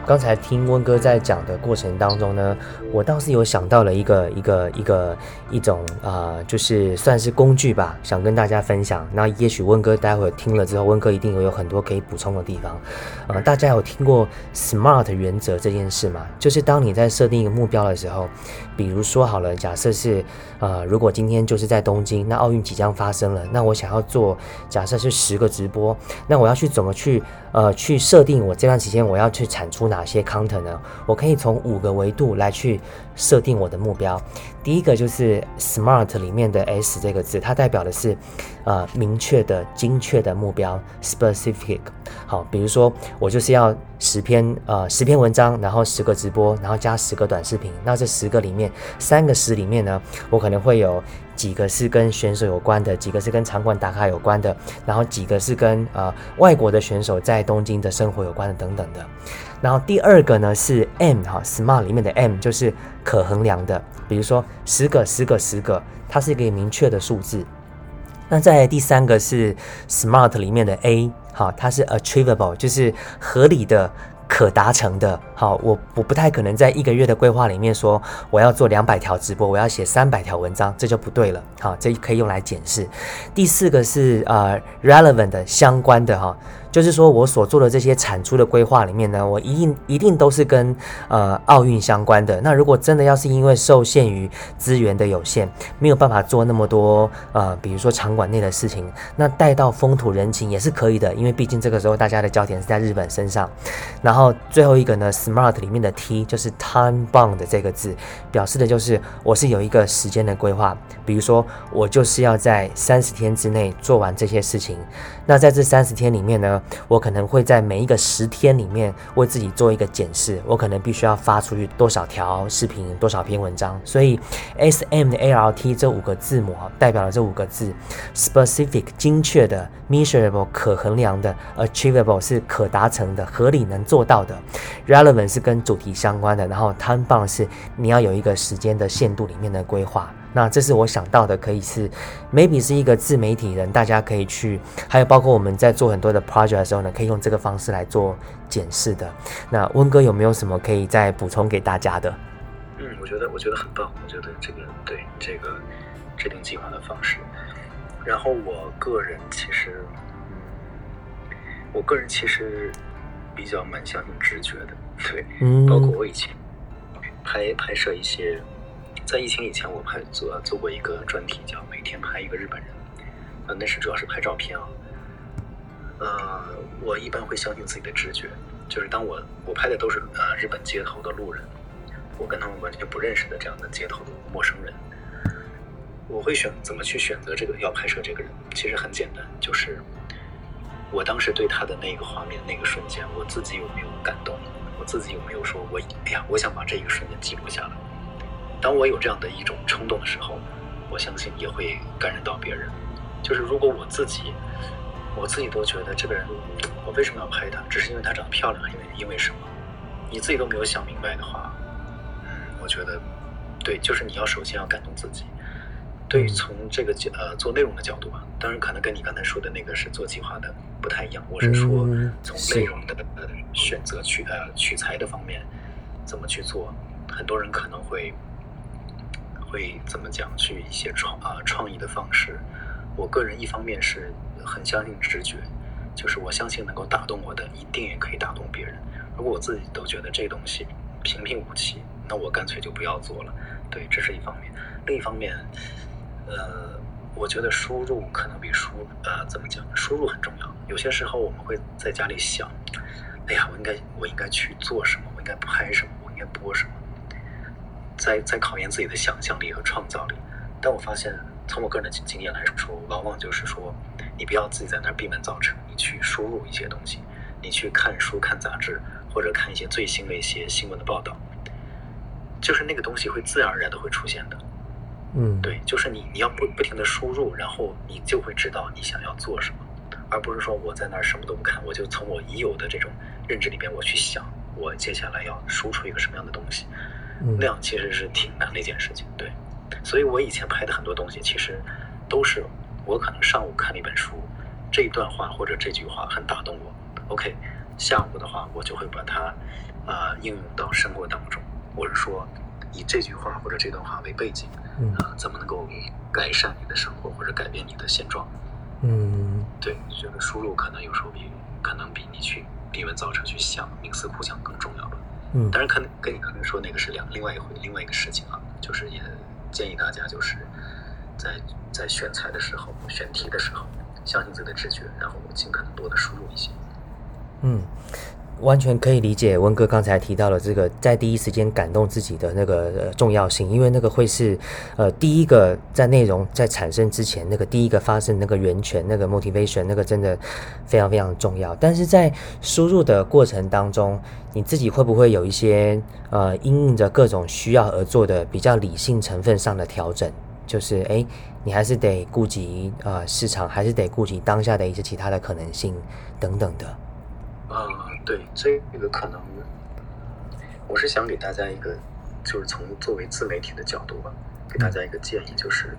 刚才听温哥在讲的过程当中呢，我倒是有想到了一种就是算是工具吧，想跟大家分享。那也许温哥待会听了之后，温哥一定有很多可以补充的地方。大家有听过 SMART 原则这件事吗？就是当你在设定一个目标的时候，比如说好了，假设是如果今天就是在东京，那奥运即将发生了，那我想要做假设是10个直播，那我要去怎么去设定我这段时间我要去产出哪些 content 呢？我可以从5个维度来去设定我的目标。第一个就是 SMART 里面的 S 这个字，它代表的是明确的、精确的目标 specific。好，比如说我就是要10篇文章，然后10个直播，然后加10个短视频。那这10个里面，3个10里面呢，我可能会有几个是跟选手有关的，几个是跟场馆打卡有关的，然后几个是跟外国的选手在东京的生活有关的等等的。然后第二个呢是 M SMART 里面的 M 就是可衡量的，比如说10个，它是一个明确的数字。那再来第3个是 SMART 里面的 A， 它是 achievable， 就是合理的、可达成的。好，我不太可能在1个月的规划里面说我要做200条直播，我要写300条文章，这就不对了。好，这可以用来检视。第4个是relevant 的相关的就是说我所做的这些产出的规划里面呢，我一定都是跟奥运相关的。那如果真的要是因为受限于资源的有限，没有办法做那么多比如说场馆内的事情，那带到风土人情也是可以的，因为毕竟这个时候大家的焦点是在日本身上。然后最后一个呢 SMART 里面的 T 就是 time bound 这个字，表示的就是我是有一个时间的规划，比如说我就是要在30天之内做完这些事情。那在这30天里面呢，我可能会在每一个10天里面为自己做一个检视，我可能必须要发出去多少条视频，多少篇文章。所以 SMART 这5个字母代表了这5个字 specific 精确的， measurable 可衡量的， achievable 是可达成的，合理能做到的， relevant 是跟主题相关的，然后 time bound 是你要有一个时间的限度里面的规划。那这是我想到的，可以是 maybe 是一个自媒体人，大家可以去，还有包括我们在做很多的 project 的时候呢，可以用这个方式来做检视的。那温哥有没有什么可以再补充给大家的？ 我觉得很棒，我觉得这个对这个制定计划的方式。然后我个人其实比较蛮相信直觉的，对，包括我以前拍摄一些。在疫情以前，我做过一个专题，叫每天拍一个日本人，那是主要是拍照片我一般会相信自己的直觉，就是当我拍的都是日本街头的路人，我跟他们完全不认识的这样的街头的陌生人，我会怎么去选择这个要拍摄这个人，其实很简单，就是我当时对他的那个画面那个瞬间，我自己有没有感动，我自己有没有说我想把这一个瞬间记录下来。当我有这样的一种冲动的时候，我相信也会感染到别人。就是如果我自己都觉得这个人，我为什么要拍他？只是因为他长得漂亮，因为什么？你自己都没有想明白的话，我觉得，对，就是你要首先要感动自己。对于从这个做内容的角度吧，当然可能跟你刚才说的那个是做计划的不太一样。我是说从内容的选择取材的方面怎么去做，很多人可能会怎么讲去一些创意的方式。我个人一方面是很相信直觉，就是我相信能够打动我的一定也可以打动别人。如果我自己都觉得这东西平平无奇，那我干脆就不要做了。对，这是一方面。另一方面我觉得输入可能比怎么讲，输入很重要。有些时候我们会在家里想，我应该去做什么，我应该拍什么，我应该播什么，在考验自己的想象力和创造力。但我发现从我个人的经验来说，往往就是说你不要自己在那儿闭门造车，你去输入一些东西，你去看书看杂志，或者看一些最新的一些新闻的报道，就是那个东西会自然而然的会出现的。对，就是你要不停的输入，然后你就会知道你想要做什么，而不是说我在那儿什么都不看，我就从我已有的这种认知里边我去想我接下来要输出一个什么样的东西，那样其实是挺难的一件事情。对，所以我以前拍的很多东西其实都是我可能上午看了一本书，这一段话或者这句话很打动我， OK， 下午的话我就会把它应用到生活当中。我是说，以这句话或者这段话为背景，怎么能够改善你的生活或者改变你的现状？对，你觉得输入可能有时候可能比你去闭门造车去想冥思苦想更重要吧？当然跟你刚才说那个是另外一个事情啊，就是也建议大家就是在选材的时候、选题的时候，相信自己的直觉，然后尽可能多的输入一些。 完全可以理解温哥刚才提到了这个在第一时间感动自己的那个重要性，因为那个会是第一个在内容在产生之前那个第一个发生那个源泉，那个 motivation， 那个真的非常非常重要。但是在输入的过程当中，你自己会不会有一些因应着各种需要而做的比较理性成分上的调整？就是你还是得顾及市场，还是得顾及当下的一些其他的可能性等等的。 对，这个可能我是想给大家一个，就是从作为自媒体的角度吧，给大家一个建议，就是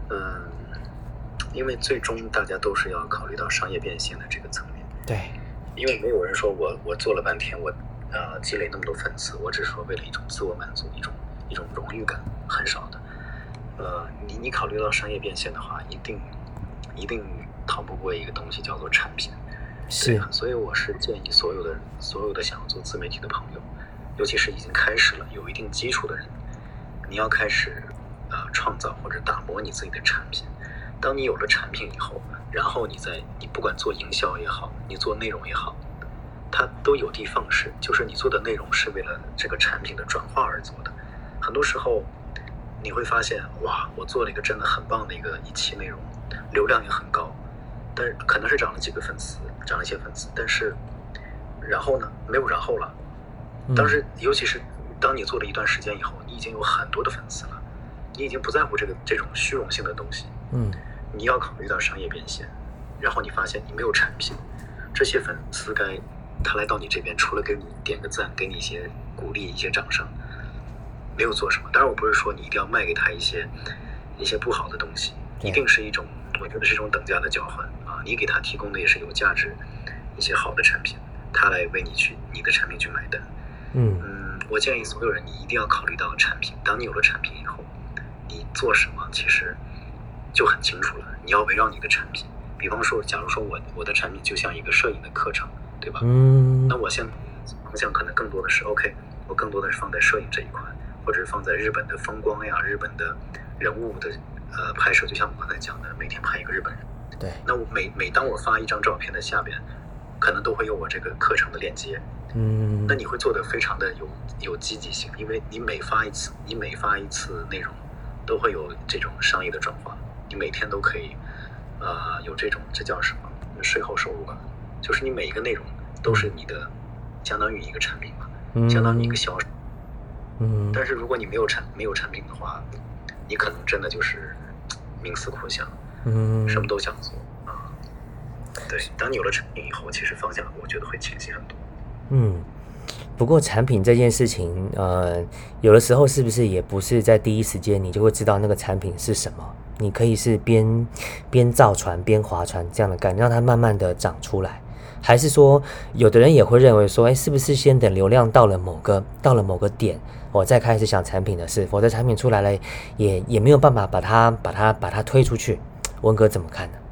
因为最终大家都是要考虑到商业变现的这个层面。 对， 因为没有人说我做了半天，我积累那么多粉丝，我只是说为了一种自我满足，一种荣誉感，很少的。你考虑到商业变现的话，一定逃不过一个东西叫做产品。 是， 所以我是建议所有的想要做自媒体的朋友，尤其是已经开始了有一定基础的人，你要开始创造或者打磨你自己的产品。当你有了产品以后，然后你不管做营销也好，你做内容也好，它都有的放矢，就是你做的内容是为了这个产品的转化而做的。很多时候你会发现，哇，我做了一个真的很棒的一期内容，流量也很高，但是可能是涨了一些粉丝，但是然后呢，没有然后了。尤其是当你做了一段时间以后，你已经有很多的粉丝了，你已经不在乎这种虚荣性的东西。你要考虑到商业变现，然后你发现你没有产品，这些粉丝他来到你这边，除了给你点个赞，给你一些鼓励、一些掌声，没有做什么。当然，我不是说你一定要卖给他一些不好的东西，一定是我觉得是一种等价的交换啊！你给他提供的也是有价值、一些好的产品，他来为你的产品去买单。我建议所有人，你一定要考虑到产品。当你有了产品以后，你做什么其实就很清楚了。你要围绕你的产品，比方说，假如说我的产品就像一个摄影的课程，对吧？那我现在方向可能更多的是 OK， 我更多的是放在摄影这一块，或者是放在日本的风光呀、日本的人物的拍摄，就像我刚才讲的，每天拍一个日本人。 对。 那我每当我发一张照片的下边，可能都会有我这个课程的链接。那你会做得非常的有积极性，因为你每发一次内容，都会有这种商业的转化。你每天都可以有这叫什么税后收入吧？就是你每一个内容都是你的，相当于一个产品嘛，相当于一个销售。但是如果你没有产品的话，你可能真的就是冥思苦想，什么都想做啊。对，当你有了产品以后，其实方向我觉得会清晰很多。 不过产品这件事情，有的时候是不是也不是在第一时间你就会知道那个产品是什么？你可以是边造船边划船这样的感觉，让它慢慢的长出来。还是说，有的人也会认为说，是不是先等流量到了某个点，我再开始想产品的事，否则产品出来了也没有办法把它推出去。文哥怎么看呢？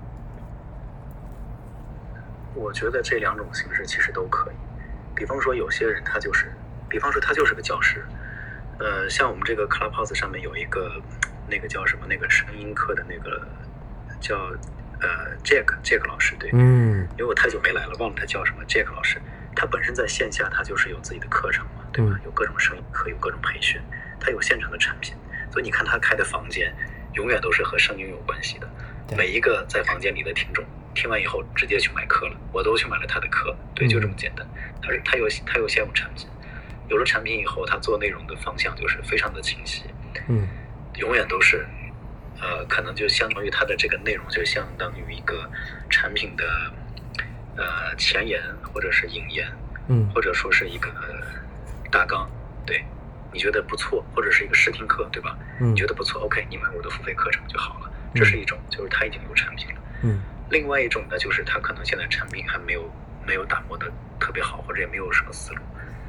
我觉得这两种形式其实都可以。比方说有些人他就是个教师，像我们这个 Clubhouse 上面有一个那个叫什么那个声音课的那个叫Jack 老师，对，因为我太久没来了，忘了他叫什么 Jack 老师。他本身在线下他就是有自己的课程嘛，对吧？有各种声音课，有各种培训，他有现成的产品，所以你看他开的房间永远都是和声音有关系的。每一个在房间里的听众听完以后直接去买课了，我都去买了他的课，对，就这么简单。他有现有产品，有了产品以后，他做内容的方向就是非常的清晰，永远都是，可能就相当于他的这个内容就相当于一个产品的前言或者是引言，或者说是一个大纲，对，你觉得不错，或者是一个试听课，对吧？你觉得不错 ，OK， 你买我的付费课程就好了。这是一种，就是他已经有产品了。另外一种呢，就是他可能现在产品还没有打磨的特别好，或者也没有什么思路。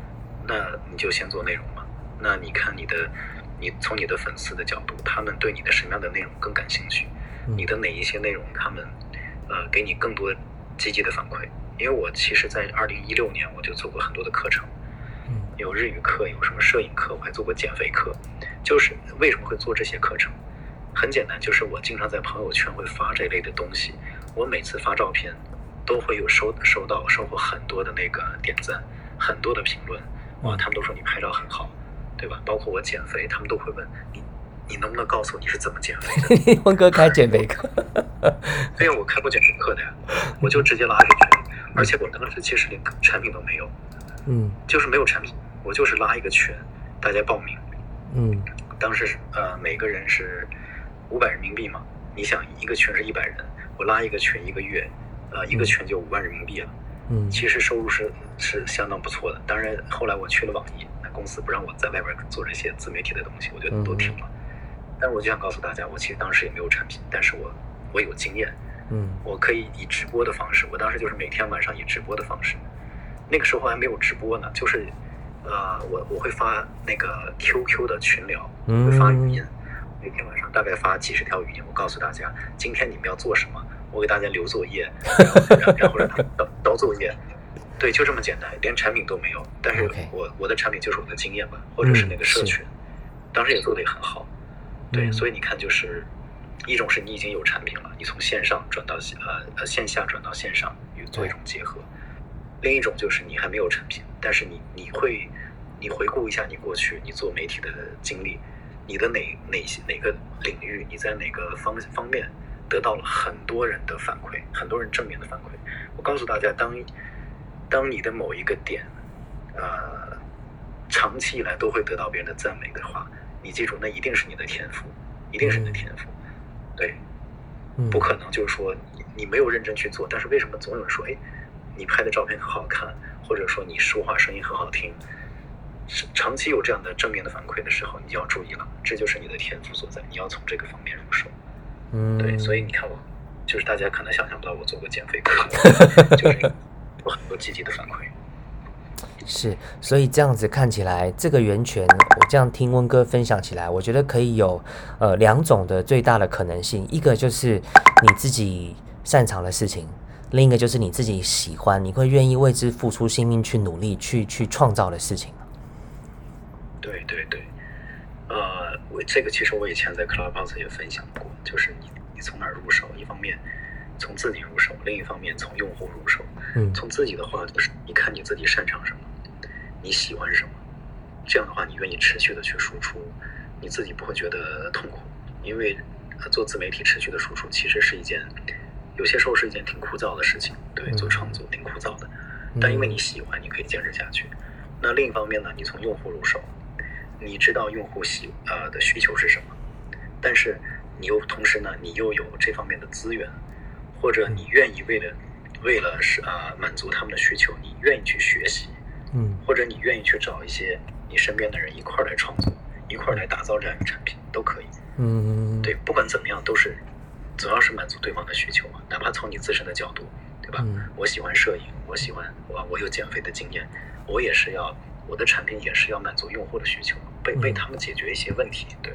那你就先做内容嘛。那你看你从你的粉丝的角度，他们对你的什么样的内容更感兴趣？你的哪一些内容他们给你更多积极的反馈？因为我其实在2016年我就做过很多的课程，有日语课，有什么摄影课，我还做过减肥课。就是为什么会做这些课程？很简单，就是我经常在朋友圈会发这类的东西，我每次发照片都会有收获很多的那个点赞，很多的评论，哇，他们都说你拍照很好，对吧？包括我减肥，他们都会问你能不能告诉我你是怎么减肥的？ 温哥开减肥课？ 对呀，我开过减肥课的呀，我就直接拉一个群，而且我当时其实连产品都没有，就是没有产品，我就是拉一个群，大家报名，当时每个人是500人民币嘛，你想一个群是100人，我拉一个群1个月，一个群就5万人民币啊，其实收入是相当不错的。当然后来我去了网易，那公司不让我在外边做这些自媒体的东西，我就都停了。但我就想告诉大家，我其实当时也没有产品，但是我有经验，我可以以直播的方式，我当时就是每天晚上以直播的方式，那个时候还没有直播呢，就是我会发那个 QQ 的群聊，会发语音，每天晚上大概发几十条语音，我告诉大家今天你们要做什么，我给大家留作业，然后让他们交作业，对，就这么简单，连产品都没有，但是我的产品就是我的经验吧，或者是那个社群，当时也做得也很好，对，所以你看，就是一种是你已经有产品了，你从线上转到线下转到线上，做一种结合；另一种就是你还没有产品，但是你回顾一下你过去你做媒体的经历，你的哪个领域，你在哪个方面得到了很多人的反馈，很多人正面的反馈。我告诉大家，当你的某一个点，长期以来都会得到别人的赞美的话，你记住，那一定是你的天赋，一定是你的天赋，对，不可能就是说你没有认真去做，但是为什么总有人说，哎，你拍的照片很好看，或者说你说话声音很好听，长期有这样的正面的反馈的时候，你就要注意了，这就是你的天赋所在，你要从这个方面入手。对，所以你看我，就是大家可能想象不到我做过减肥课，就是有很多积极的反馈。 是，所以这样子看起来，这个源泉，我这样听温哥分享起来，我觉得可以有2种的最大的可能性，一个就是你自己擅长的事情，另一个就是你自己喜欢，你会愿意为之付出性命去努力去创造的事情。 对对对，这个其实我以前在 Clubhouse 也分享过，就是你从哪儿入手，一方面从自己入手，另一方面从用户入手。从自己的话就是你看你自己擅长什么，你喜欢什么，这样的话你愿意持续的去输出，你自己不会觉得痛苦，因为做自媒体持续的输出其实是一件有些时候是一件挺枯燥的事情，对，做创作挺枯燥的，但因为你喜欢，你可以坚持下去。那另一方面呢，你从用户入手，你知道用户的需求是什么，但是你又同时呢，你又有这方面的资源，或者你愿意为了满足他们的需求，你愿意去学习，或者你愿意去找一些你身边的人一块来创作，一块来打造这样一个产品，都可以。对，不管怎么样，主要是满足对方的需求嘛，哪怕从你自身的角度，对吧？我喜欢摄影，我有减肥的经验，我的产品也是要满足用户的需求，为他们解决一些问题，对。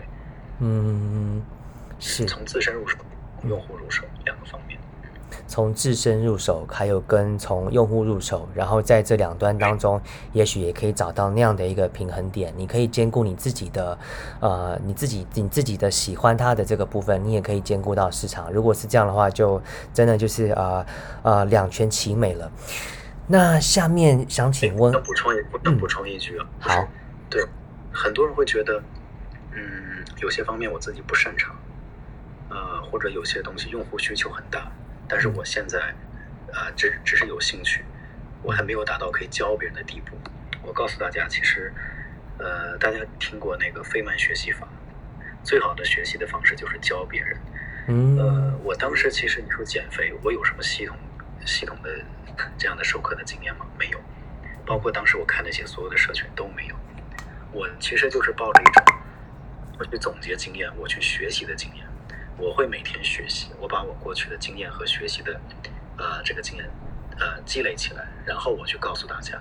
是从自身入手，用户入手2个方面。 从自身入手，还有跟从用户入手，然后在这2端当中，也许也可以找到那样的一个平衡点。你可以兼顾你自己的，你自己的喜欢它的这个部分，你也可以兼顾到市场。如果是这样的话，就真的就是两全其美了。那下面想请问， 我能补充一句啊， 好， 对，很多人会觉得，有些方面我自己不擅长，或者有些东西用户需求很大。但是我现在，只是有兴趣，我还没有达到可以教别人的地步。我告诉大家，其实，大家听过那个费曼学习法，最好的学习的方式就是教别人。我当时其实你说减肥，我有什么系统的这样的授课的经验吗？没有，包括当时我看那些所有的社群都没有。我其实就是抱着一种，我去总结经验，我去学习的经验。我会每天学习，我把我过去的经验和学习的这个经验积累起来，然后我去告诉大家，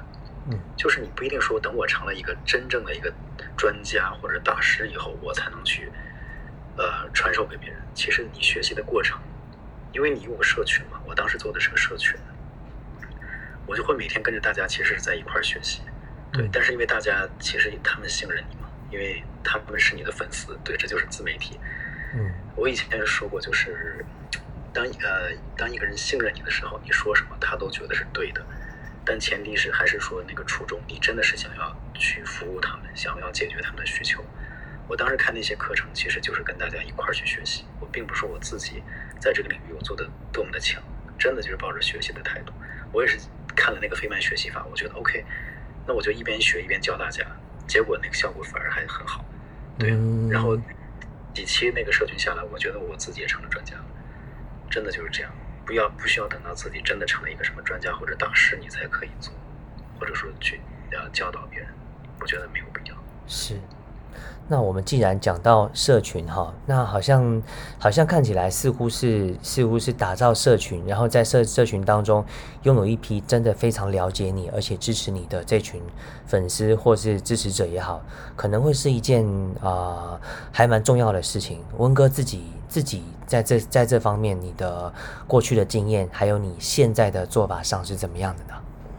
就是你不一定说等我成了一个真正的一个专家或者大师以后，我才能去传授给别人。其实你学习的过程，因为你有个社群嘛，我当时做的是个社群，我就会每天跟着大家其实是在一块儿学习，对。但是因为大家其实他们信任你嘛，因为他们是你的粉丝，对，这就是自媒体。我以前说过，就是当一个人信任你的时候，你说什么他都觉得是对的，但前提是还是说那个初衷，你真的是想要去服务他们，想要解决他们的需求。我当时看那些课程，其实就是跟大家一块儿去学习。我并不是说我自己在这个领域我做的多么的强，真的就是抱着学习的态度。我也是看了那个费曼学习法，我觉得 OK， 那我就一边学一边教大家，结果那个效果反而还很好。对，然后几期那个社群下来，我觉得我自己也成了专家了，真的就是这样。不需要等到自己真的成了一个什么专家或者大师，你才可以做，或者说去教导别人，我觉得没有必要。 是。那我们既然讲到社群哈，那好像看起来似乎是打造社群，然后在社群当中拥有一批真的非常了解你而且支持你的这群粉丝或是支持者也好，可能会是一件还蛮重要的事情。温哥自己在这方面，你的过去的经验还有你现在的做法上是怎么样的呢？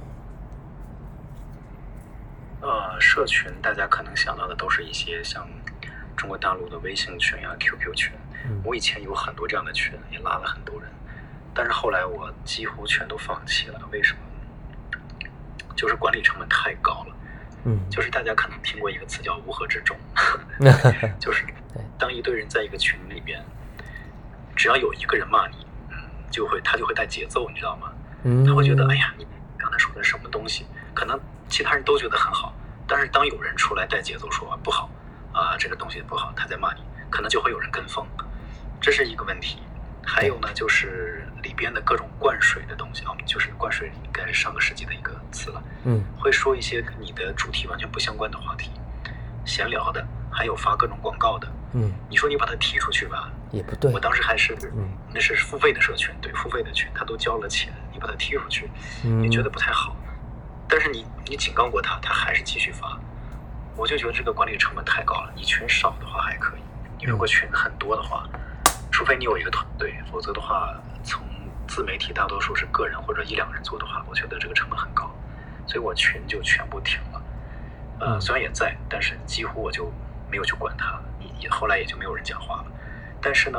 社群大家可能想到的都是一些像中国大陆的微信群啊、QQ 群。我以前有很多这样的群，也拉了很多人，但是后来我几乎全都放弃了。为什么？就是管理成本太高了。就是大家可能听过一个词叫乌合之众，就是当一堆人在一个群里边，只要有一个人骂你，他就会带节奏，你知道吗？他会觉得哎呀，你刚才说的什么东西，可能其他人都觉得很好，但是当有人出来带节奏说不好这个东西不好，他在骂你，可能就会有人跟风，这是一个问题。还有呢，就是里边的各种灌水的东西就是灌水应该是上个世纪的一个词了。会说一些跟你的主题完全不相关的话题，闲聊的，还有发各种广告的。你说你把它踢出去吧， 也不对。 我当时还是那是付费的社群，对，付费的群，他都交了钱，你把它踢出去，也觉得不太好。但是你警告过他，他还是继续发，我就觉得这个管理成本太高了。你群少的话还可以，你如果群很多的话，除非你有一个团队，否则的话，从自媒体大多数是个人或者1-2人做的话，我觉得这个成本很高，所以我群就全部停了。虽然也在，但是几乎我就没有去管它，后来也就没有人讲话了。但是呢，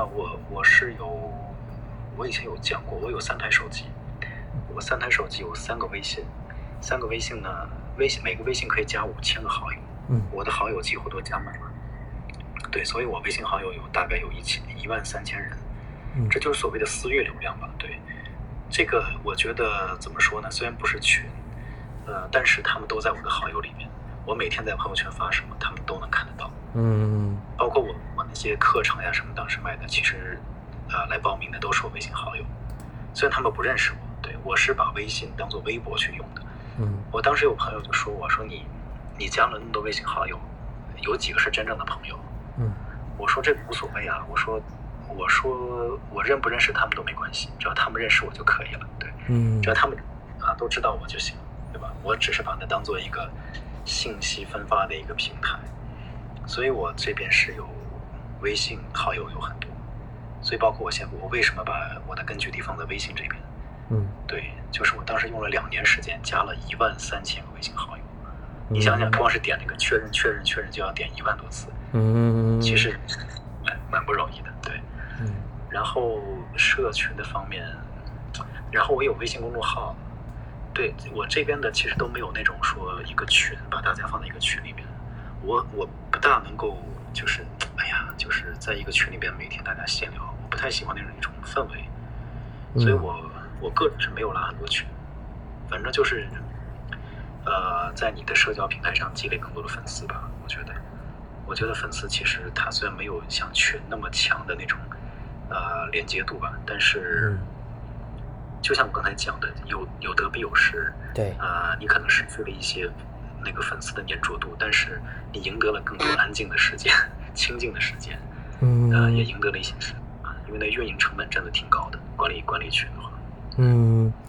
我以前有讲过，我有3台手机，我3台手机有3个微信，3个微信呢，每个微信可以加5000个好友，我的好友几乎都加满了，对，所以我微信好友大概有13000人，这就是所谓的私域流量吧，对，这个我觉得怎么说呢？虽然不是群，但是他们都在我的好友里面，我每天在朋友圈发什么，他们都能看得到，包括我那些课程呀什么当时卖的，其实来报名的都是我微信好友，虽然他们不认识我，对，我是把微信当做微博去用的。我当时有朋友就说我说你加了那么多微信好友，有几个是真正的朋友？我说这个无所谓啊，我说我认不认识他们都没关系，只要他们认识我就可以了，对，只要他们都知道我就行，对吧？我只是把它当做一个信息分发的一个平台，所以我这边是有微信好友有很多，所以包括我为什么把我的根据地放在微信这边？对，就是我当时用了2年时间加了13000个微信好友，你想想，光是点那个确认就要点1万多次，其实蛮不容易的，对。然后社群的方面，然后我有微信公众号，对，我这边的其实都没有那种说一个群把大家放在一个群里面，我不大能够就是就是在一个群里边每天大家闲聊，我不太喜欢那种一种氛围，所以我个人是没有拉很多群，反正就是在你的社交平台上积累更多的粉丝吧。我觉得粉丝其实他虽然没有像群那么强的那种连接度吧，但是就像我刚才讲的，有得必有失。 对， 你可能失去了一些那个粉丝的粘着度，但是你赢得了更多安静的时间、清静的时间，也赢得了一些因为那运营成本真的挺高的，管理群的话。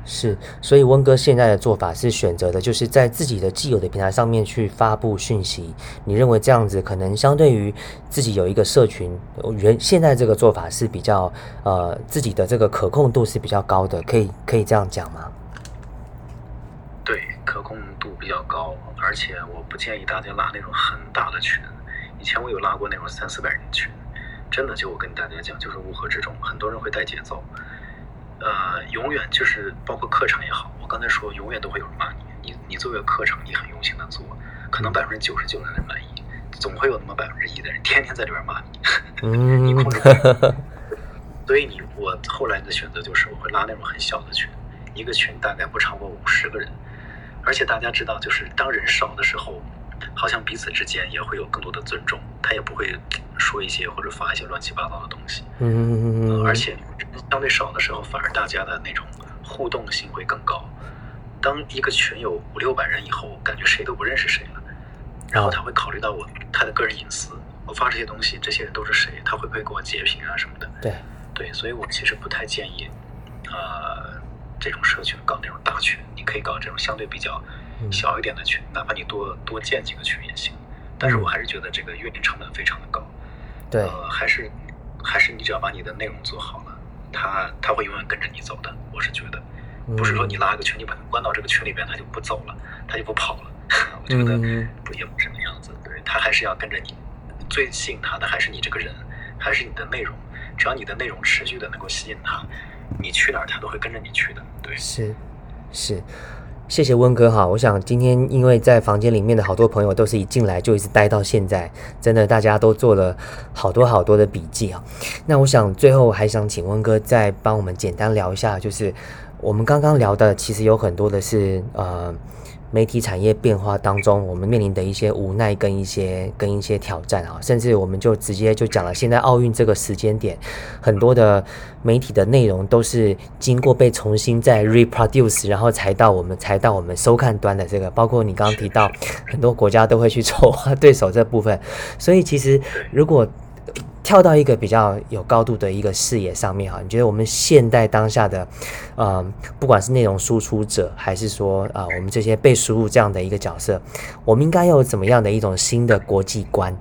是，所以温哥现在的做法是选择的，就是在自己的既有的平台上面去发布讯息。你认为这样子可能相对于自己有一个社群，现在这个做法是比较自己的这个可控度是比较高的，可以这样讲吗？ 对，可控度比较高，而且我不建议大家拉那种很大的群。以前我有拉过那种300-400人的群，真的就我跟大家讲，就是乌合之众，很多人会带节奏。永远就是包括课程也好，我刚才说永远都会有人骂你。你做个课程，你很用心的做，可能99%的人满意，总会有那么1%的人天天在里边骂你，你控制不了。所以我后来的选择就是我会拉那种很小的群，一个群大概不超过50个人，而且大家知道，就是当人少的时候，好像彼此之间也会有更多的尊重，他也不会说一些或者发一些乱七八糟的东西。而且相对少的时候，反而大家的那种互动性会更高。当一个群有500-600人以后，感觉谁都不认识谁了，然后他会考虑到他的个人隐私，我发这些东西，这些人都是谁？他会不会给我截屏啊什么的？对，所以我其实不太建议，这种社群搞那种大群，你可以搞这种相对比较小一点的群，哪怕你多建几个群也行。但是我还是觉得这个运营成本非常的高。 对， 还是你只要把你的内容做好了，他会永远跟着你走的。我是觉得，不是说你拉个群，你把他关到这个群里边，他就不走了，他就不跑了。我觉得也不是那样子。对，他还是要跟着你。最吸引他的还是你这个人，还是你的内容。只要你的内容持续的能够吸引他，你去哪儿他都会跟着你去的。对， 是，谢谢温哥哈。我想今天因为在房间里面的好多朋友都是一进来就一直待到现在，真的大家都做了好多的笔记啊。那我想最后还想请温哥再帮我们简单聊一下，就是我们刚刚聊的其实有很多的是媒体产业变化当中，我们面临的一些无奈跟一些挑战啊，甚至我们就直接就讲了，现在奥运这个时间点，很多的媒体的内容都是经过被重新再 reproduce， 然后才到我们收看端的这个，包括你刚刚提到很多国家都会去筹划对手这部分，所以其实如果跳到一个比较有高度的一个视野上面哈，你觉得我们现代当下的，不管是内容输出者，还是说我们这些被输入这样的一个角色，我们应该有怎么样的一种新的国际观？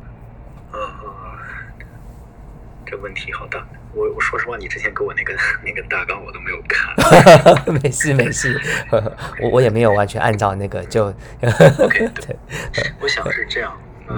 这问题好大。我说实话，你之前给我那个大纲我都没有看。 没事，我也没有完全按照那个就。 OK， 对，我想是这样，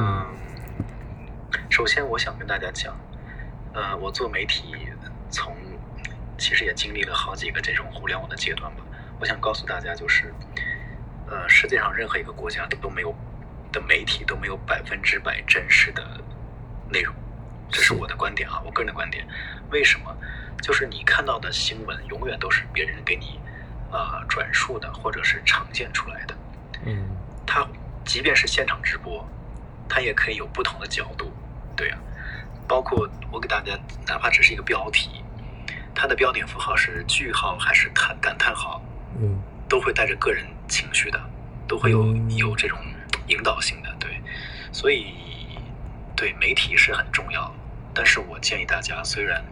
首先，我想跟大家讲，我做媒体其实也经历了好几个这种互联网的阶段吧。我想告诉大家，就是，世界上任何一个国家都没有的媒体都没有100%真实的内容，这是我的观点啊，我个人的观点。为什么？就是你看到的新闻永远都是别人给你转述的，或者是呈现出来的。它即便是现场直播，它也可以有不同的角度。对啊，包括我给大家，哪怕只是一个标题，它的标点符号是句号还是感叹号，都会带着个人情绪的，都会有这种引导性的。对，所以对媒体是很重要，但是我建议大家，虽然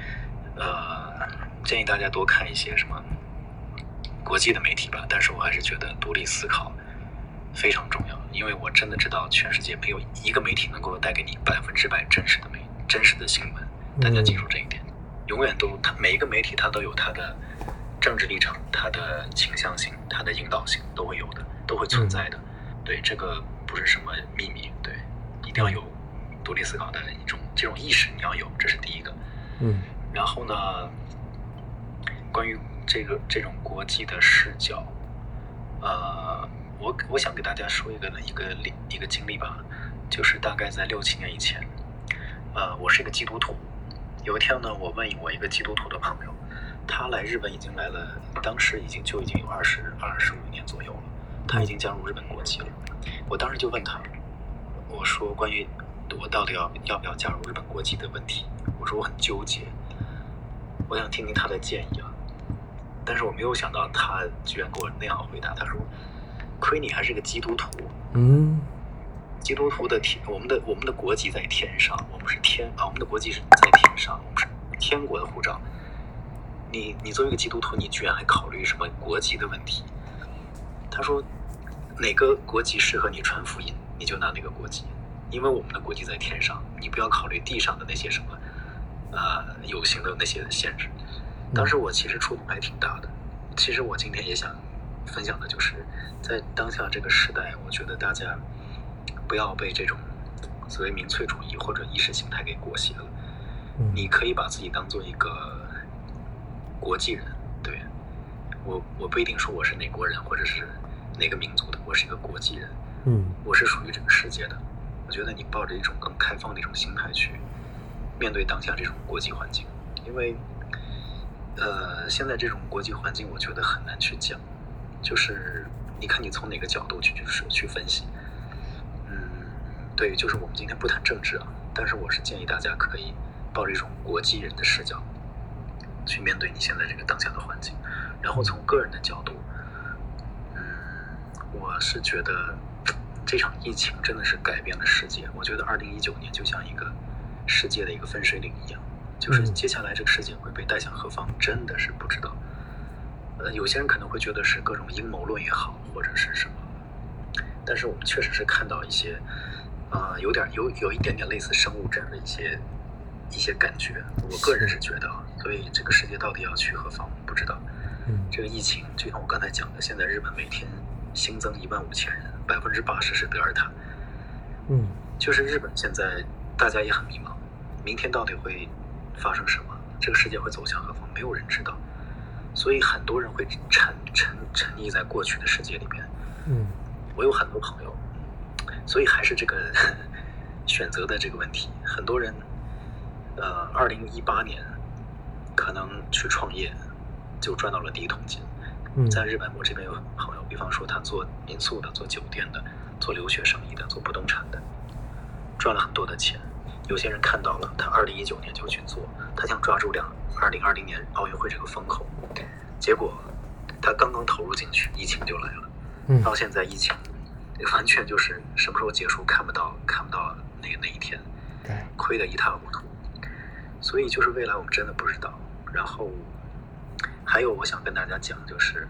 建议大家多看一些什么国际的媒体吧，但是我还是觉得独立思考非常重要，因为我真的知道全世界没有一个媒体能够带给你100%真实的新闻，大家记住这一点。永远每一个媒体它都有它的政治立场，它的倾向性，它的引导性都会有的，都会存在的。对，这个不是什么秘密，对，一定要有独立思考的这种意识，你要有，这是第一个。然后呢，关于这种国际的视角，我想给大家说一个经历吧，就是大概在6-7年以前，我是一个基督徒。有一天呢，我问我一个基督徒的朋友，他来日本已经来了，当时已经有25年左右了，他已经加入日本国籍了。我当时就问他，我说关于我到底要不要加入日本国籍的问题，我说我很纠结，我想听听他的建议啊。但是我没有想到他居然给我那样回答，他说亏你还是个基督徒。基督徒的我们的国籍在天上，我们是我们的国籍是在天上，我们是天国的护照。 你作为一个基督徒，你居然还考虑什么国籍的问题？他说哪个国籍适合你传福音，你就拿哪个国籍，因为我们的国籍在天上，你不要考虑地上的那些什么有形的那些限制。当时我其实触动还挺大的。其实我今天也想分享的就是，在当下这个时代，我觉得大家不要被这种所谓民粹主义或者意识形态给裹挟了。你可以把自己当做一个国际人，对，我不一定说我是哪国人或者是哪个民族的，我是一个国际人，我是属于这个世界的。我觉得你抱着一种更开放的一种心态去面对当下这种国际环境，因为现在这种国际环境我觉得很难去讲，就是你看你从哪个角度去分析。对，就是我们今天不谈政治啊，但是我是建议大家可以抱着一种国际人的视角去面对你现在这个当下的环境，然后从个人的角度，我是觉得这场疫情真的是改变了世界。我觉得2019年就像一个世界的一个分水岭一样，就是接下来这个世界会被带向何方，真的是不知道。有些人可能会觉得是各种阴谋论也好，或者是什么，但是我们确实是看到一些有一点点类似生物战的一些感觉，我个人是觉得，所以这个世界到底要去何方，不知道。这个疫情就像我刚才讲的，现在日本每天新增15000人，80%是德尔塔。就是日本现在大家也很迷茫，明天到底会发生什么？这个世界会走向何方？没有人知道。所以很多人会沉溺在过去的世界里面。我有很多朋友，所以还是这个选择的这个问题。很多人2018年可能去创业就赚到了第一桶金。在日本我这边有朋友，比方说他做民宿的，做酒店的，做留学生意的，做不动产的，赚了很多的钱。有些人看到了，他2019年就去做，他想抓住2020年奥运会这个风口，结果他刚刚投入进去，疫情就来了。到现在疫情完全就是什么时候结束看不到那一天，亏得一塌糊涂。所以就是未来我们真的不知道。然后还有我想跟大家讲，就是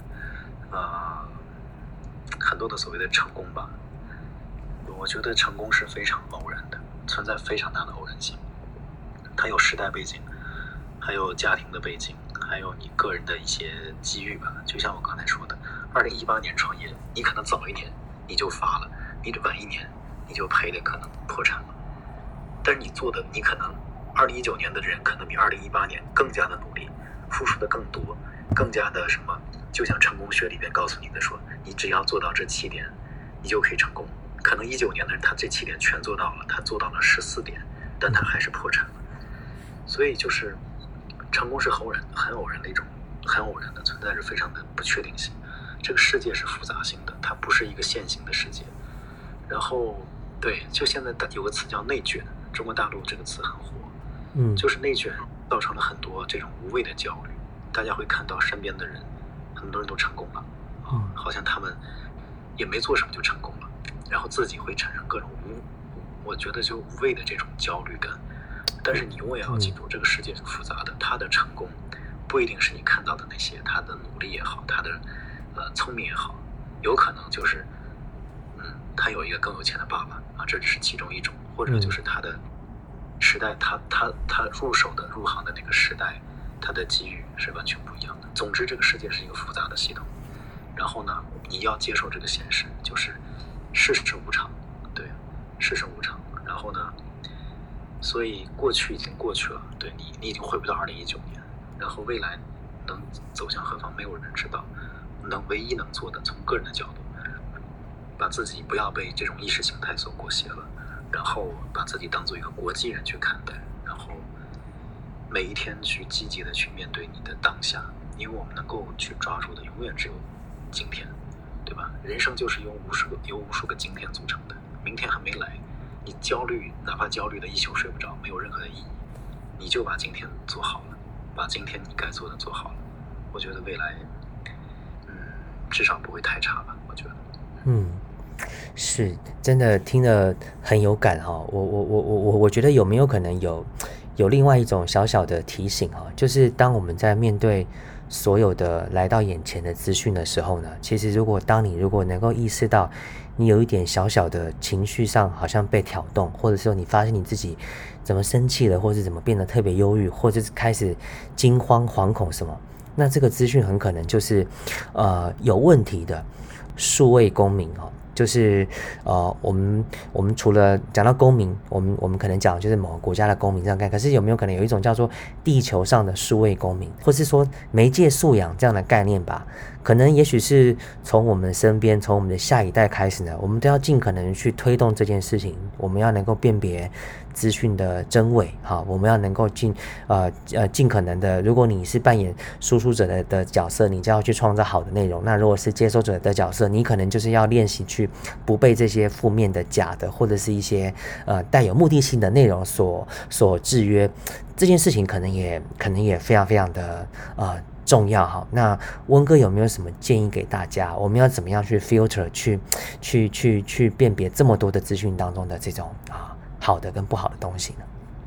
很多的所谓的成功吧，我觉得成功是非常偶然的，存在非常大的偶然性。它有时代背景，还有家庭的背景，还有你个人的一些机遇吧。就像我刚才说的，2018年创业，你可能早一年你就发了，你晚一年你就赔的可能破产了。但是你做的，你可能2019年的人可能比2018年更加的努力，付出的更多，更加的什么，就像成功学里边告诉你的说，你只要做到这7点，你就可以成功。可能19年的人他这7点全做到了，他做到了14点，但他还是破产了。所以就是成功是很偶然的一种，很偶然的存在着非常的不确定性。这个世界是复杂性的，它不是一个线性的世界。然后对，就现在有个词叫内卷，中国大陆这个词很火，就是内卷造成了很多这种无谓的焦虑。大家会看到身边的人，很多人都成功了，好像他们也没做什么就成功了，然后自己会产生各种我觉得就无谓的这种焦虑感。但是你永远要记住，这个世界是复杂的，他的成功不一定是你看到的那些，他的努力也好，他的聪明也好，有可能就是他有一个更有钱的爸爸啊，这只是其中一种，或者就是他的时代，他入行的那个时代，他的机遇是完全不一样的。总之，这个世界是一个复杂的系统。然后呢，你要接受这个现实，就是世事无常，对，世事无常。然后呢，所以过去已经过去了，对你已经回不到2019年，然后未来能走向何方，没有人知道。唯一能做的，从个人的角度，把自己不要被这种意识形态所裹挟了，然后把自己当做一个国际人去看待，然后每一天去积极的去面对你的当下，因为我们能够去抓住的永远只有今天，对吧？人生就是由无数个今天组成的，明天还没来，你焦虑，哪怕焦虑的一宿睡不着，没有任何的意义。你就把今天做好了，把今天你该做的做好了，我觉得未来至少不会太差吧，我觉得。是真的听得很有感哈。我觉得有没有可能有另外一种小小的提醒哈，就是当我们在面对所有的来到眼前的资讯的时候呢，其实当你如果能够意识到你有一点小小的情绪上好像被挑动，或者说你发现你自己怎么生气了，或者怎么变得特别忧郁，或者是开始惊慌惶恐什么，那这个资讯很可能就是有问题的数位公民哦。就是我们除了讲到公民，我们可能讲就是某个国家的公民这样看，可是有没有可能有一种叫做地球上的数位公民，或是说媒介素养这样的概念吧？可能也许是从我们身边，从我们的下一代开始呢，我们都要尽可能去推动这件事情。我们要能够辨别资讯的真伪，哈，我们要能够尽可能的，如果你是扮演输出者的角色，你就要去创造好的内容；那如果是接收者的角色，你可能就是要练习去不被这些负面的、假的，或者是一些带有目的性的内容所制约。这件事情可能也非常非常的重要哈。那温哥有没有什么建议给大家？我们要怎么样去 filter 去辨别这么多的资讯当中的这种好的跟不好的东西呢？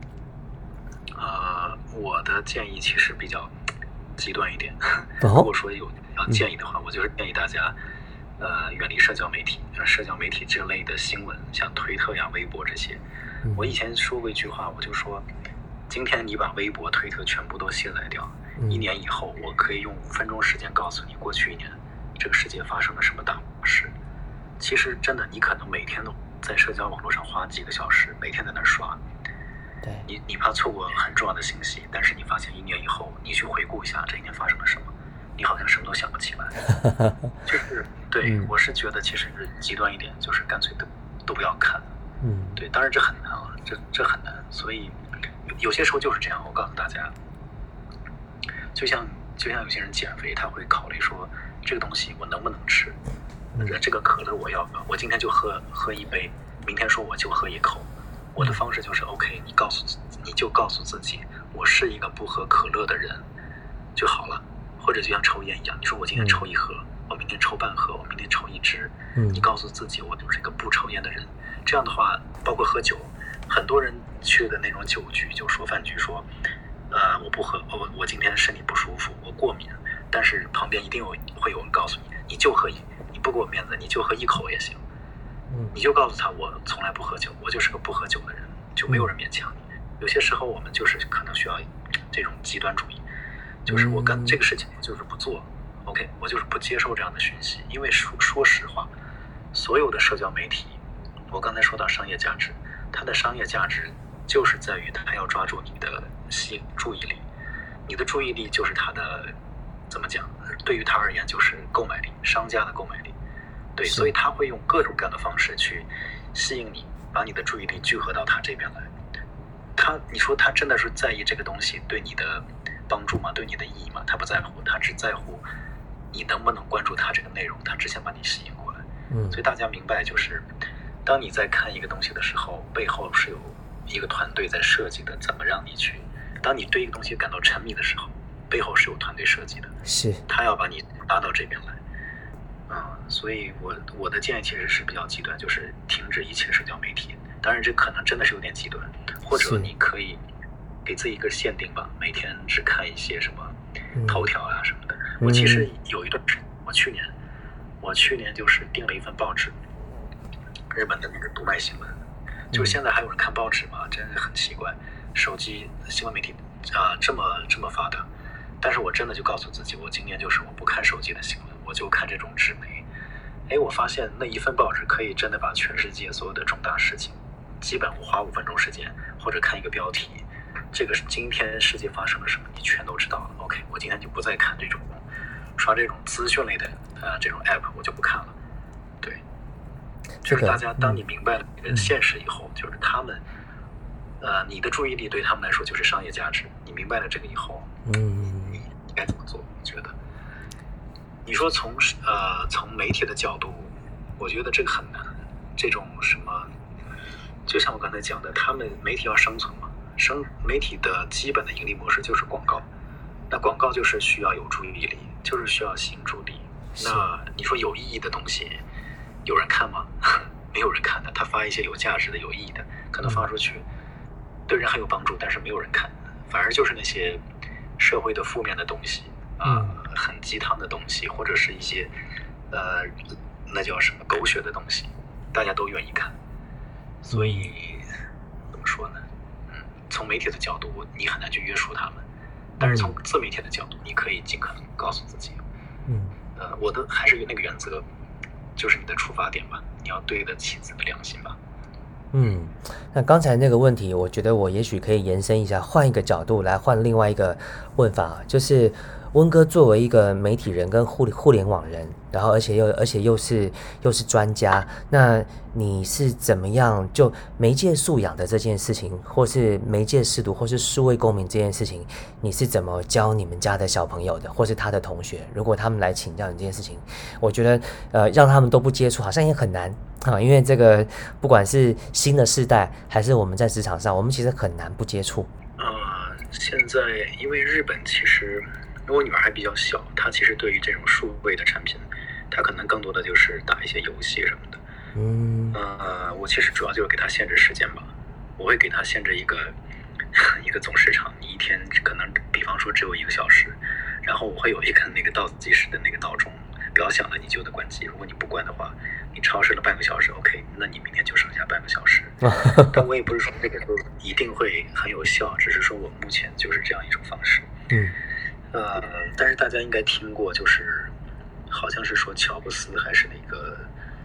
我的建议其实比较极端一点。如果说有要建议的话，我就是建议大家远离社交媒体，社交媒体这类的新闻，像推特呀、微博这些。我以前说过一句话，我就说，今天你把微博、推特全部都卸载掉，1年以后，我可以用5分钟时间告诉你，过去1年这个世界发生了什么大事。其实真的，你可能每天都在社交网络上花几个小时，每天在那刷。 对， 你怕错过很重要的信息，但是你发现1年以后，你去回顾一下这1年发生了什么，你好像什么都想不起来。就是对，我是觉得其实极端一点，就是干脆都不要看。对，当然这很难啊，这很难，所以有些时候就是这样。我告诉大家，就像有些人减肥，他会考虑说这个东西我能不能吃，这个可乐我要不要，我今天就喝一杯，明天说我就喝1口。我的方式就是 OK， 你就告诉自己，我是一个不喝可乐的人就好了。或者就像抽烟一样，你说我今天抽1盒，我明天抽半盒，我明天抽1支，你告诉自己我就是一个不抽烟的人。这样的话，包括喝酒，很多人去的那种酒局，就说饭局说，我不喝，我今天身体不舒服，我过敏，但是旁边一定会有人告诉你，你就喝你不给我面子，你就喝1口也行。你就告诉他，我从来不喝酒，我就是个不喝酒的人，就没有人勉强你。有些时候我们就是可能需要这种极端主义，就是我干这个事情我就是不做 ，OK， 我就是不接受这样的讯息。因为说实话，所有的社交媒体，我刚才说到商业价值，它的商业价值就是在于它要抓住你的注意力，你的注意力就是它的怎么讲？对于它而言就是购买力，商家的购买力。对，所以他会用各种各样的方式去吸引你，把你的注意力聚合到他这边来。你说他真的是在意这个东西对你的帮助吗？对你的意义吗？他不在乎，他只在乎你能不能关注他这个内容，他只想把你吸引过来。所以大家明白，就是当你在看一个东西的时候，背后是有一个团队在设计的，怎么让你去。当你对一个东西感到沉迷的时候，背后是有团队设计的， 是他要把你拉到这边来。所以我的建议其实是比较极端，就是停止一切社交媒体。当然这可能真的是有点极端，或者你可以给自己一个限定吧，每天只看一些什么头条啊什么的。我其实有一段时间，我去年就是订了一份报纸，日本的那个读卖新闻。就是现在还有人看报纸吗？真是很奇怪，手机新闻媒体这么发达。但是我真的就告诉自己，我今年就是我不看手机的新闻，我就看这种纸媒。我发现那一份报纸可以真的把全世界所有的重大事情，基本我花5分钟时间，或者看一个标题，这个是今天世界发生了什么，你全都知道了。OK， 我今天就不再看这种刷这种资讯类的这种 app， 我就不看了。对，就是大家当你明白了这个现实以后，就是他们你的注意力对他们来说就是商业价值。你明白了这个以后，你该怎么做？我觉得，你说从媒体的角度，我觉得这个很难。这种什么，就像我刚才讲的，他们媒体要生存嘛，媒体的基本的盈利模式就是广告。那广告就是需要有注意力，就是需要吸引注意力。那你说有意义的东西，有人看吗？没有人看的。他发一些有价值的、有意义的，可能发出去对人很有帮助，但是没有人看，反而就是那些社会的负面的东西很鸡汤的东西，或者是一些那叫什么狗血的东西，大家都愿意看。所以怎么说呢？从媒体的角度，你很难去约束他们，但是从自媒体的角度，你可以尽可能告诉自己，我的还是那个原则，就是你的出发点吧，你要对得起自己的良心吧。 那刚才那个问题，我觉得我也许可以延伸一下，换一个角度来换另外一个问法，就是温哥作为一个媒体人跟互联网人，然后而且又是专家，那你是怎么样就媒介素养的这件事情，或是媒介识读，或是数位公民这件事情，你是怎么教你们家的小朋友的，或是他的同学？如果他们来请教你这件事情，我觉得让他们都不接触，好像也很难因为这个不管是新的世代，还是我们在职场上，我们其实很难不接触。 现在因为日本其实。我女儿还比较小，她其实对于这种数位的产品，她可能更多的就是打一些游戏什么的。我其实主要就是给她限制时间吧，我会给她限制一个总时长，你一天可能比方说只有1个小时，然后我会有一个那个倒计时的那个闹钟，表响了你就得关机，如果你不关的话，你超时了半个小时 ，OK， 那你明天就剩下半个小时。但我也不是说这个都一定会很有效，只是说我目前就是这样一种方式。但是大家应该听过，就是好像是说乔布斯还是那个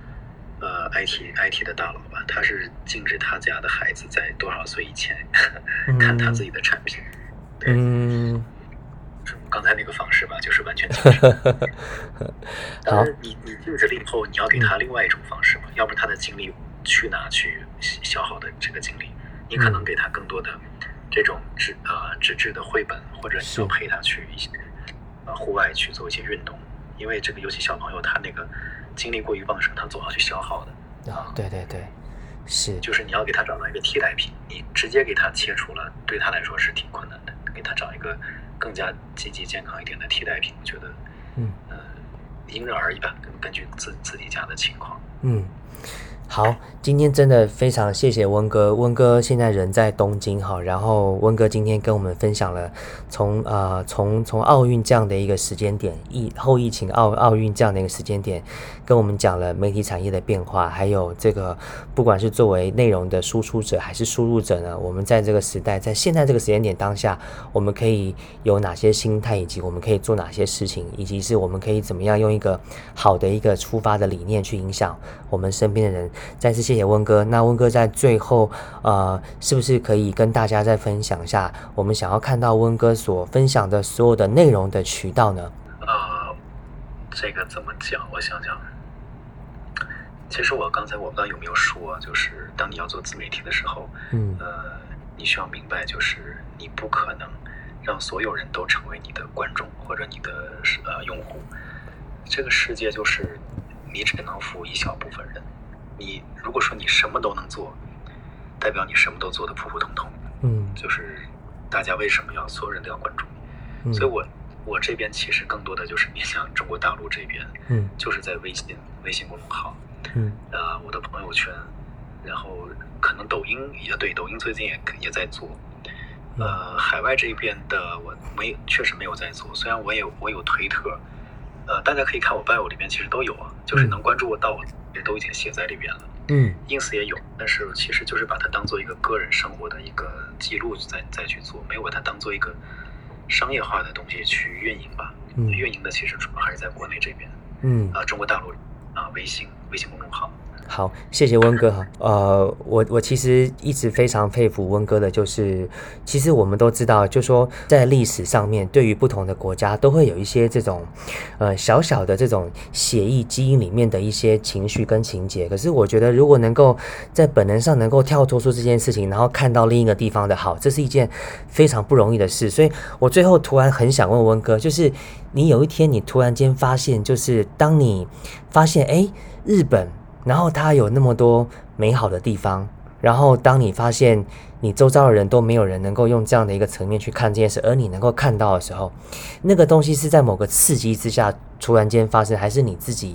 IT 的大佬吧，他是禁止他家的孩子在多少岁以前看他自己的产品。对，刚才那个方式吧，就是完全禁止。但是你禁止了以后，你要给他另外一种方式嘛，要不然他的精力去哪去消耗的这个精力？你可能给他更多的这种纸质的绘本，或者你要陪他去一些户外去做一些运动，因为这个尤其小朋友他那个精力过于旺盛，他总要去消耗的。 对对对，是， 就是你要给他找到一个替代品，你直接给他切除了，对他来说是挺困难的，给他找一个更加积极健康一点的替代品，我觉得因人而异吧，根据自己家的情况。 好，今天真的非常谢谢温哥。温哥现在人在东京哈，然后温哥今天跟我们分享了从奥运这样的一个时间点，后疫情奥运这样的一个时间点，跟我们讲了媒体产业的变化，还有这个不管是作为内容的输出者还是输入者呢，我们在这个时代，在现在这个时间点当下，我们可以有哪些心态，以及我们可以做哪些事情，以及是我们可以怎么样用一个好的一个出发的理念去影响我们身边的人。再次谢谢温哥。那温哥在最后是不是可以跟大家再分享一下我们想要看到温哥所分享的所有的内容的渠道呢？ 这个怎么讲？我想想，其实我刚才有没有说，就是当你要做自媒体的时候，你需要明白，就是你不可能让所有人都成为你的观众或者你的用户。这个世界就是你只能服务一小部分人。你如果说你什么都能做，代表你什么都做得普普通通。就是大家为什么所有人都要关注你？所以我这边其实更多的就是面向中国大陆这边，就是在微信公众号，我的朋友圈，然后可能抖音抖音最近也在做。海外这边的我确实没有在做，虽然我有推特，大家可以看我 bio 里面其实都有就是能关注我到也都已经写在里边了。ins 也有，但是其实就是把它当做一个个人生活的一个记录再去做，没有把它当做一个商业化的东西去运营吧。运营的其实主要还是在国内这边，中国大陆微信公众号。 好，谢谢温哥。我其实一直非常佩服温哥的，就是其实我们都知道，就说在历史上面，对于不同的国家都会有一些这种小小的这种血液基因里面的一些情绪跟情节。可是我觉得，如果能够在本能上能够跳脱出这件事情，然后看到另一个地方的好，这是一件非常不容易的事。所以我最后突然很想问温哥，就是你有一天你突然间发现，就是当你发现日本。然后它有那么多美好的地方，然后当你发现你周遭的人都没有人能够用这样的一个层面去看这件事，而你能够看到的时候，那个东西是在某个刺激之下突然间发生，还是你自己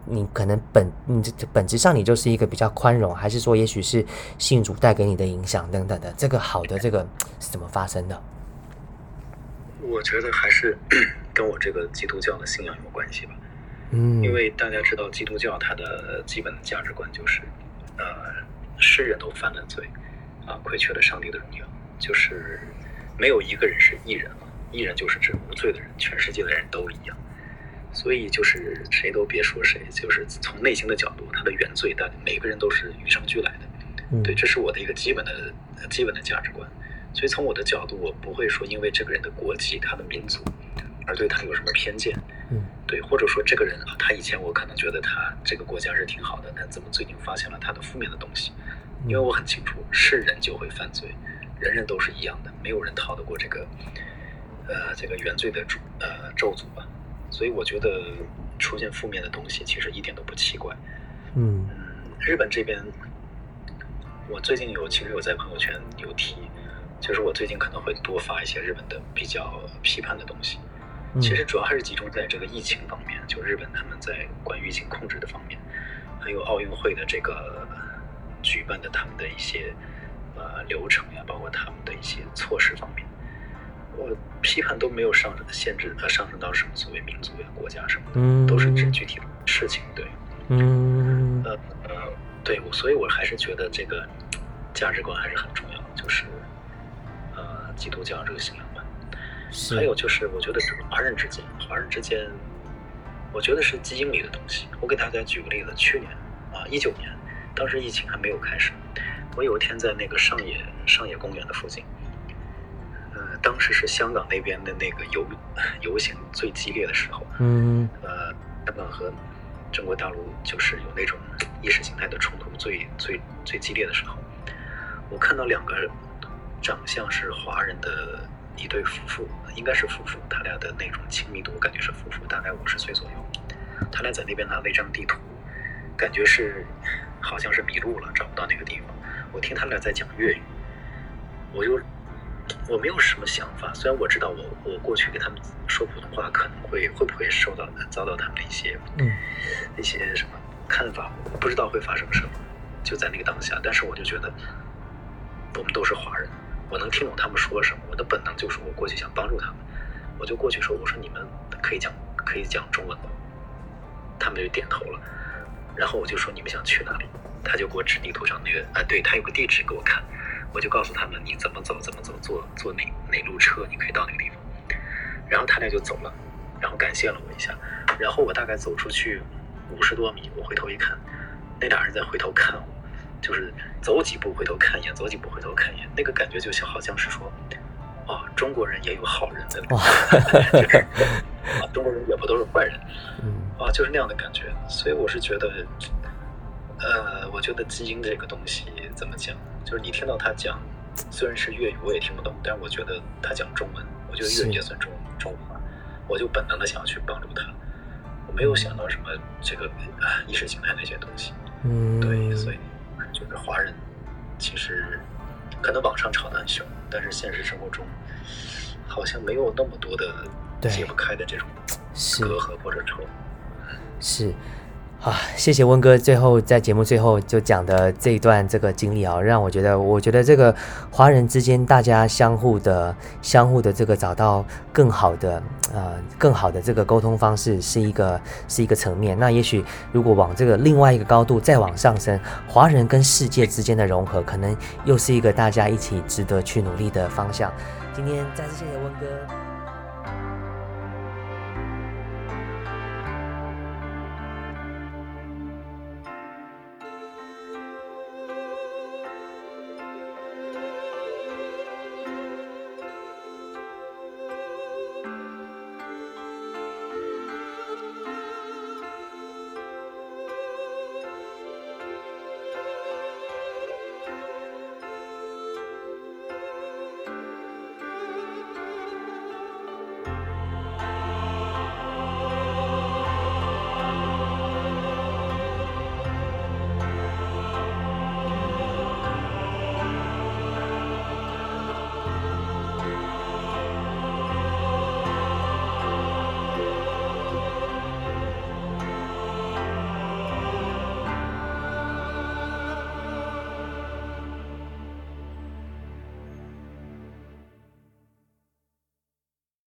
你可能本质上你就是一个比较宽容，还是说也许是信主带给你的影响等等的，这个好的这个是怎么发生的？ 我觉得还是跟我这个基督教的信仰有关系吧。因为大家知道基督教它的基本的价值观就是，世人都犯了罪，亏缺了上帝的荣耀，就是没有一个人是义人了，义人就是指无罪的人，全世界的人都一样。所以就是谁都别说谁，就是从内心的角度，他的原罪，但每个人都是与生俱来的。对，这是我的一个基本的价值观。所以从我的角度，我不会说因为这个人的国籍、他的民族而对他有什么偏见。对，或者说这个人他以前我可能觉得他这个国家是挺好的，但怎么最近发现了他的负面的东西？因为我很清楚，是人就会犯罪，人人都是一样的，没有人逃得过这个原罪的咒诅吧。所以我觉得出现负面的东西其实一点都不奇怪。日本这边，我最近其实有在朋友圈有提，就是我最近可能会多发一些日本的比较批判的东西。其实主要还是集中在这个疫情方面，就日本他们在关于疫情控制的方面，还有奥运会的这个举办的他们的一些流程呀，包括他们的一些措施方面。我批判都没有上升到什么所谓民族呀、国家什么的，都是指具体的事情。对，对，所以我还是觉得这个价值观还是很重要，就是基督教这个信仰吧。还有就是我觉得华人之间，我觉得是基因里的东西。我给大家举个例子，去年19年，当时疫情还没有开始，我有一天在那个上野公园的附近。当时是香港那边的那个游行最激烈的时候，香港和中国大陆就是有那种意识形态的冲突最激烈的时候，我看到2个长相是华人的一对夫妇，应该是夫妇，他俩的那种亲密度我感觉是夫妇，大概50岁左右，他俩在那边拿了一张地图，感觉是好像是迷路了，找不到那个地方。我听他俩在讲粤语，我没有什么想法，虽然我知道我过去给他们说普通话可能会不会遭到他们的一些什么看法，我不知道会发生什么，就在那个当下。但是我就觉得我们都是华人，我能听懂他们说什么，我的本能就是我过去想帮助他们，我就过去说，我说你们可以讲中文吗？他们就点头了，然后我就说你们想去哪里？他就给我指地图上那个对，他有个地址给我看。我就告诉他们你怎么走，坐哪路车你可以到那个地方。然后他俩就走了，然后感谢了我一下。然后我大概走出去50多米，我回头一看，那俩人在回头看我，就是走几步回头看一眼，走几步回头看一眼，那个感觉就好像是说，中国人也有好人的，中国人也不都是坏人，就是那样的感觉。所以我是觉得，我觉得基因这个东西怎么讲？就是你听到他讲，虽然是粤语我也听不懂，但是我觉得他讲中文，我觉得粤语也算中文话，我就本能的想要去帮助他，我没有想到什么这个意识形态那些东西。对，所以觉得华人其实可能网上吵得很凶，但是现实生活中好像没有那么多的解不开的这种隔阂或者仇。 是。谢谢温哥最后在节目最后就讲的这一段这个经历让我觉得这个华人之间大家相互的这个找到更好的这个沟通方式是一个层面。那也许如果往这个另外一个高度再往上升，华人跟世界之间的融合可能又是一个大家一起值得去努力的方向。今天再次谢谢温哥。